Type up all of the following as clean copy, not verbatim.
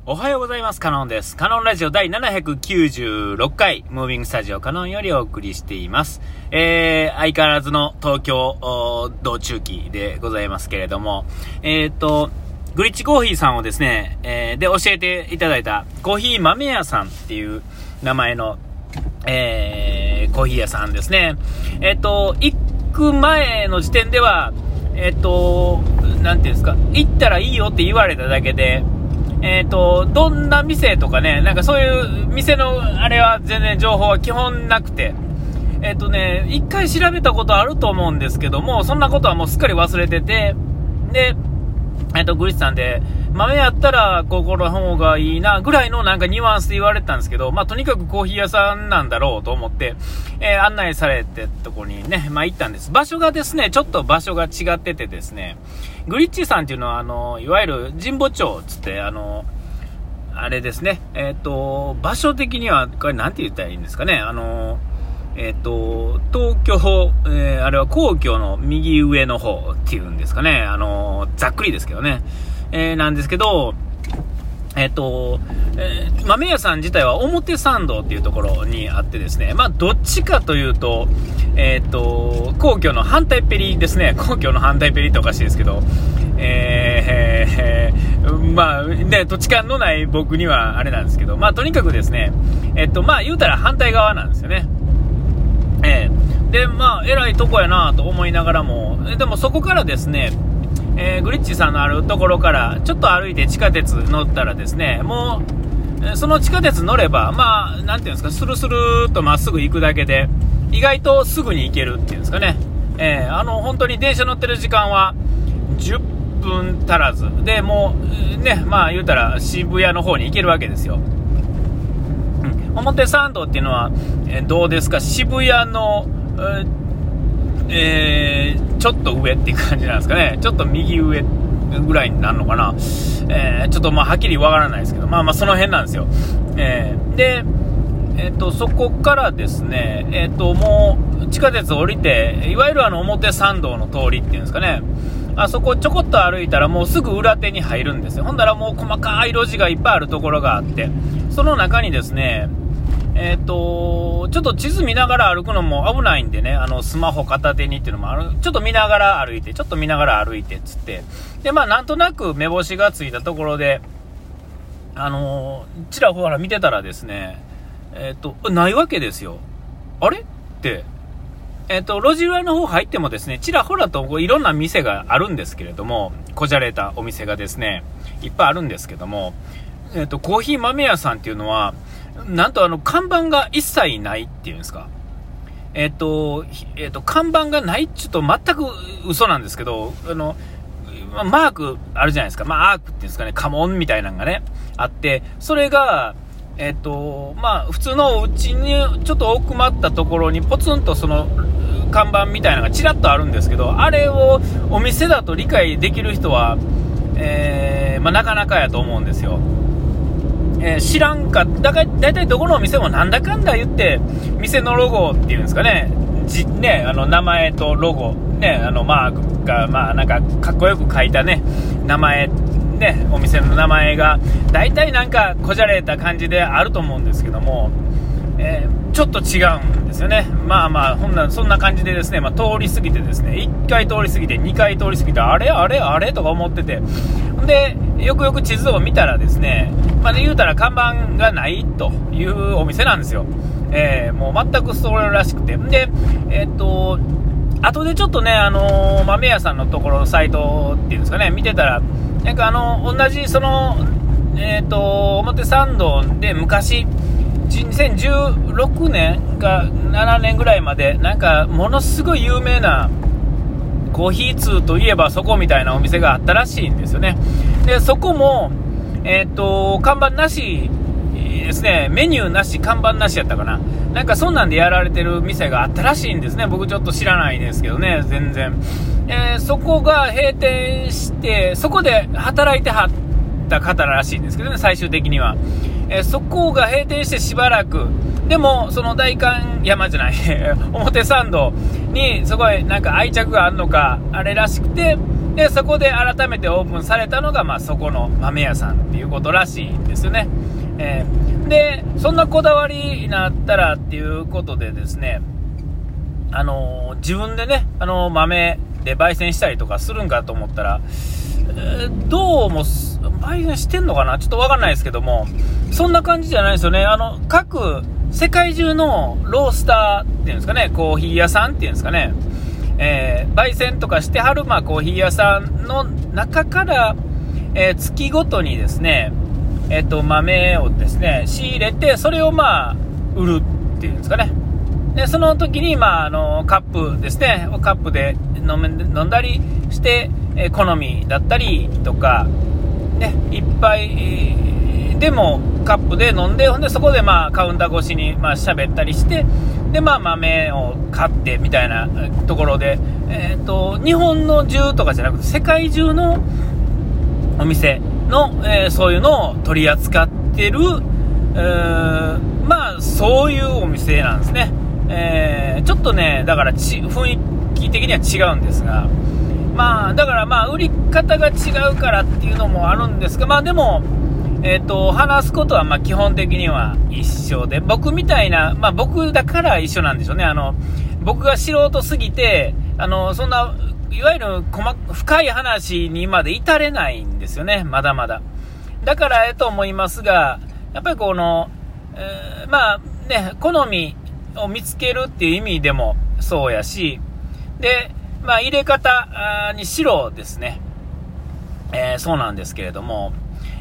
おはようございます。カノンです。カノンラジオ第796回、ムービングスタジオカノンよりお送りしています。相変わらずの東京道中期でございますけれども、グリッチコーヒーさんをですね、で教えていただいたコーヒー豆屋さんっていう名前の、コーヒー屋さんですね。行く前の時点では、なんていうんですか、行ったらいいよって言われただけで、どんな店とかね、なんかそういう店のあれは全然情報は基本なくて、一回調べたことあると思うんですけども、そんなことはもうすっかり忘れてて、で、グリッチさんで、豆やったらここの方がいいな、ぐらいのなんかニュアンスで言われてたんですけど、とにかくコーヒー屋さんなんだろうと思って、案内されてとこにね、行ったんです。場所がですね、ちょっと場所が違っててですね、グリッチさんっていうのは、いわゆる神保町つって、あれですね、場所的には、これなんて言ったらいいんですかね、東京、あれは皇居の右上の方っていうんですかね、ざっくりですけどね、なんですけど、豆屋さん自体は表参道っていうところにあってですね、どっちかというと、皇居の反対ペリですね。皇居の反対ペリっておかしいですけど、土地勘のない僕にはあれなんですけど、とにかくですね、言うたら反対側なんですよね。で、偉いとこやなと思いながらも、でもそこからですね、グリッチさんのあるところからちょっと歩いて地下鉄乗ったらですね、もうその地下鉄乗ればなんていうんですか、スルスルーっとまっすぐ行くだけで意外とすぐに行けるっていうんですかね、本当に電車乗ってる時間は10分足らずで、もうね、言うたら渋谷の方に行けるわけですよ。表参道っていうのは、どうですか、渋谷のちょっと上っていう感じなんですかね。ちょっと右上ぐらいになるのかな。ちょっとはっきりわからないですけど、その辺なんですよ。で、そこからですね、もう地下鉄降りて、いわゆる表参道の通りっていうんですかね。あそこちょこっと歩いたらもうすぐ裏手に入るんですよ。ほんだらもう細かい路地がいっぱいあるところがあって、その中にですね、ちょっと地図見ながら歩くのも危ないんでね、スマホ片手にっていうのもちょっと見ながら歩いて、ちょっと見ながら歩いてっつって、で、なんとなく目星がついたところで、ちらほら見てたらですね、ないわけですよ。あれって、路地裏の方入ってもですね、ちらほらといろんな店があるんですけれども、こじゃれたお店がですね、いっぱいあるんですけども、コーヒー豆屋さんっていうのは、なんと看板が一切ないっていうんですか。看板がないっちゅうと全く嘘なんですけど、マークあるじゃないですか。アークっていうんですかね、家紋みたいなのがね、あって、それが、普通のお家にちょっと奥まったところにポツンとその看板みたいなのがちらっとあるんですけど、あれをお店だと理解できる人は、なかなかやと思うんですよ。知らんかだいたいどこのお店もなんだかんだ言って店のロゴっていうんですかね、名前とロゴね、マークがなんかかっこよく書いたね名前ね、お店の名前がだいたいなんかこじゃれた感じであると思うんですけども、ちょっと違うんですよね。そんな感じでですね、通り過ぎてですね、1回通り過ぎて2回通り過ぎて、あれとか思ってて、でよくよく地図を見たらですね、言うたら看板がないというお店なんですよ。もう全くそれらしくて、で後でちょっとね、豆屋さんのところのサイトっていうんですかね、見てたらなんか同じその表参道で昔2016年か7年ぐらいまでなんかものすごい有名なコーヒー通といえばそこみたいなお店があったらしいんですよね。でそこも看板なしですね、メニューなし看板なしやったかな、なんかそんなんでやられてる店があったらしいんですね。僕ちょっと知らないですけどね、全然。そこが閉店してそこで働いてはった方らしいんですけどね、最終的には。そこが閉店してしばらくでもその代官山じゃない表参道にすごいなんか愛着があるのかあれらしくて、 でそこで改めてオープンされたのが、そこの豆屋さんっていうことらしいんですよね。でそんなこだわりになったらっていうことでですね、自分でね豆で焙煎したりとかするんかと思ったら、どうも焙煎してんのかな、ちょっと分かんないですけども、そんな感じじゃないですよね。各世界中のロースターっていうんですかね、コーヒー屋さんっていうんですかね、焙煎とかしてはるコーヒー屋さんの中から、月ごとにですね、豆をですね仕入れて、それを売るっていうんですかね。でその時にカップですね、カップで飲んだりして、好みだったりとかね、一杯でもカップで飲んで、ほんでそこでカウンター越しに喋ったりして、で豆を買ってみたいなところで、日本の中とかじゃなくて世界中のお店の、そういうのを取り扱ってる、そういうお店なんですね。ちょっとね、だから雰囲気的には違うんですが、だから売り方が違うからっていうのもあるんですが、でも話すことは基本的には一緒で、僕みたいな、僕だから一緒なんでしょうね。僕が素人すぎてそんないわゆる深い話にまで至れないんですよね、まだまだ。だからと思いますが、やっぱりこの、好みを見つけるっていう意味でもそうやし、で入れ方にしろですね、そうなんですけれども、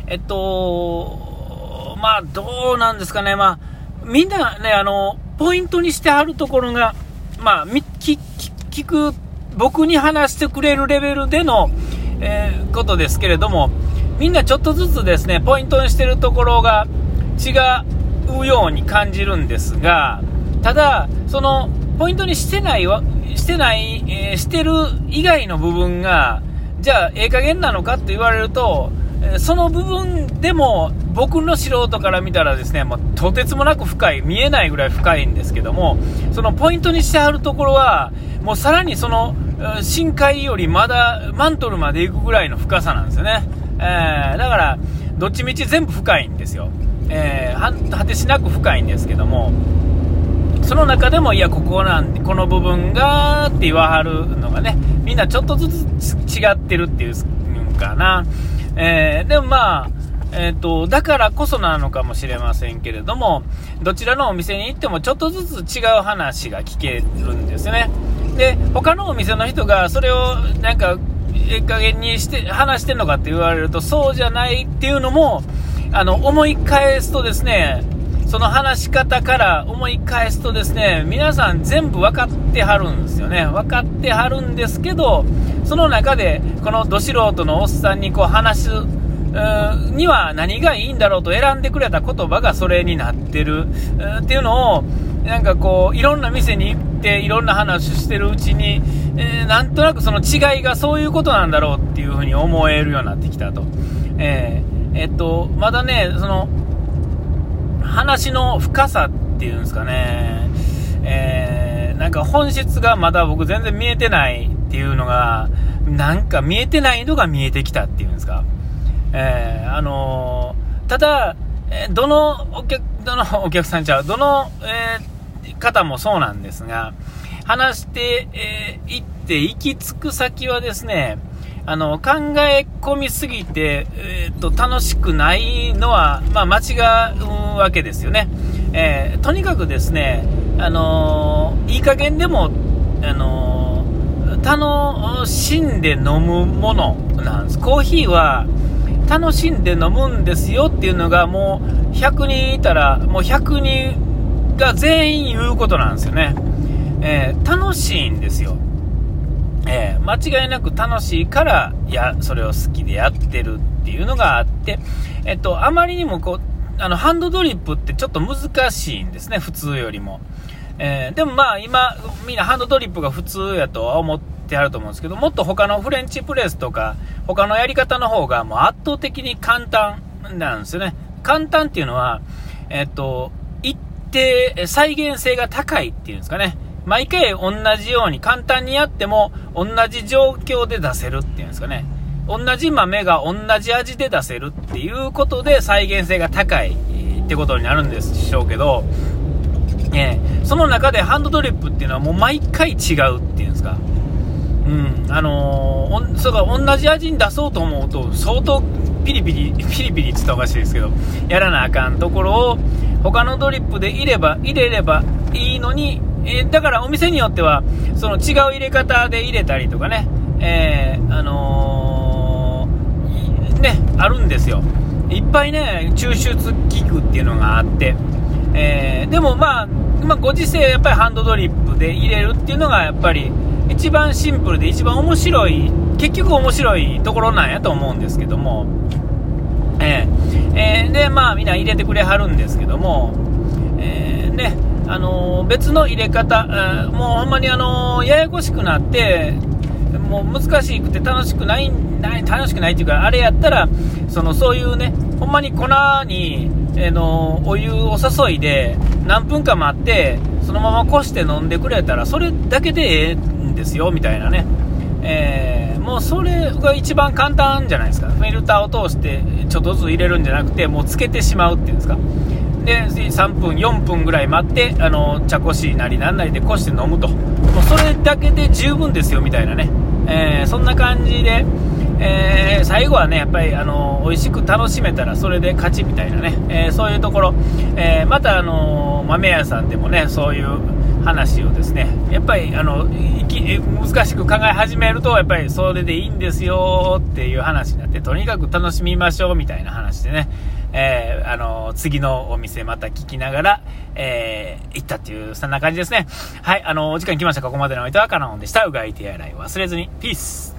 どうなんですかね。みんなね、ポイントにしてはるところが、聞く、僕に話してくれるレベルでの、ことですけれども、みんなちょっとずつですね、ポイントにしてるところが違うように感じるんですが、ただ、その、ポイントにしてる以外の部分が、じゃあ、加減なのかって言われると、その部分でも僕の素人から見たらですね、とてつもなく深い、見えないぐらい深いんですけども、そのポイントにしてあるところはもうさらにその深海よりまだマントルまで行くぐらいの深さなんですよね。だからどっちみち全部深いんですよ。果てしなく深いんですけども、その中でもいやこの部分がって言わはるのがね、みんなちょっとずつ違ってるっていうかな。でもだからこそなのかもしれませんけれども、どちらのお店に行ってもちょっとずつ違う話が聞けるんですよね。で他のお店の人がそれをなんか加減にして話してんのかって言われるとそうじゃないっていうのも思い返すとですね、その話し方から思い返すとですね、皆さん全部分かってはるんですよね。分かってはるんですけど、その中でこのど素人のおっさんに話すには何がいいんだろうと選んでくれた言葉がそれになってるっていうのを、なんかいろんな店に行っていろんな話してるうちに、なんとなくその違いがそういうことなんだろうっていうふうに思えるようになってきたと。まだね、その話の深さっていうんですかね、なんか本質がまだ僕全然見えてないっていうのが、なんか見えてないのが見えてきたっていうんですか。ただ、どのお客さんちゃう、どの、方もそうなんですが、話していって行き着く先はですね、考え込みすぎて、楽しくないのは、間違うわけですよね。とにかくですね、いい加減でも、楽しんで飲むものなんです。コーヒーは楽しんで飲むんですよっていうのが、もう100人いたらもう100人が全員言うことなんですよね。楽しいんですよ。間違いなく楽しいからそれを好きでやってるっていうのがあって、あまりにもハンドドリップってちょっと難しいんですね、普通よりも。でも今みんなハンドドリップが普通やとは思ってあると思うんですけど、もっと他のフレンチプレスとか他のやり方の方がもう圧倒的に簡単なんですよね。簡単っていうのは一定再現性が高いっていうんですかね。 毎回同じように簡単にやっても同じ状況で出せるっていうんですかね。同じ豆が同じ味で出せるっていうことで再現性が高いってことになるんでしょうけど、その中でハンドドリップっていうのはもう毎回違うっていうんですか。それから同じ味に出そうと思うと相当ピリピリって言ったらおかしいですけど、やらなあかんところを他のドリップで入れればいいのに、だからお店によってはその違う入れ方で入れたりとかね、あるんですよ。いっぱいね抽出器具っていうのがあって、でもご時世やっぱりハンドドリップで入れるっていうのがやっぱり一番シンプルで一番面白い、結局面白いところなんやと思うんですけども、でみんな入れてくれはるんですけども、別の入れ方、もうほんまにややこしくなってもう難しくて楽しくないっていうか、あれやったらそういうね、ほんまに粉に、お湯を注いで何分か待ってそのままこして飲んでくれたらそれだけでええんですよみたいなね、もうそれが一番簡単じゃないですか。フィルターを通してちょっとずつ入れるんじゃなくてもうつけてしまうっていうんですか。で3分4分ぐらい待って茶こしなりなんなりでこして飲むと、もうそれだけで十分ですよみたいなね、そんな感じで、最後はねやっぱり美味しく楽しめたらそれで勝ちみたいなね、そういうところ、また豆屋さんでもねそういう話をですね、やっぱり難しく考え始めるとやっぱりそれでいいんですよっていう話になって、とにかく楽しみましょうみたいな話でね、次のお店また聞きながら、行ったっていうそんな感じですね。はい、お時間来ました。ここまでのお相手はカナオンでした。うがい手洗い忘れずに。ピース。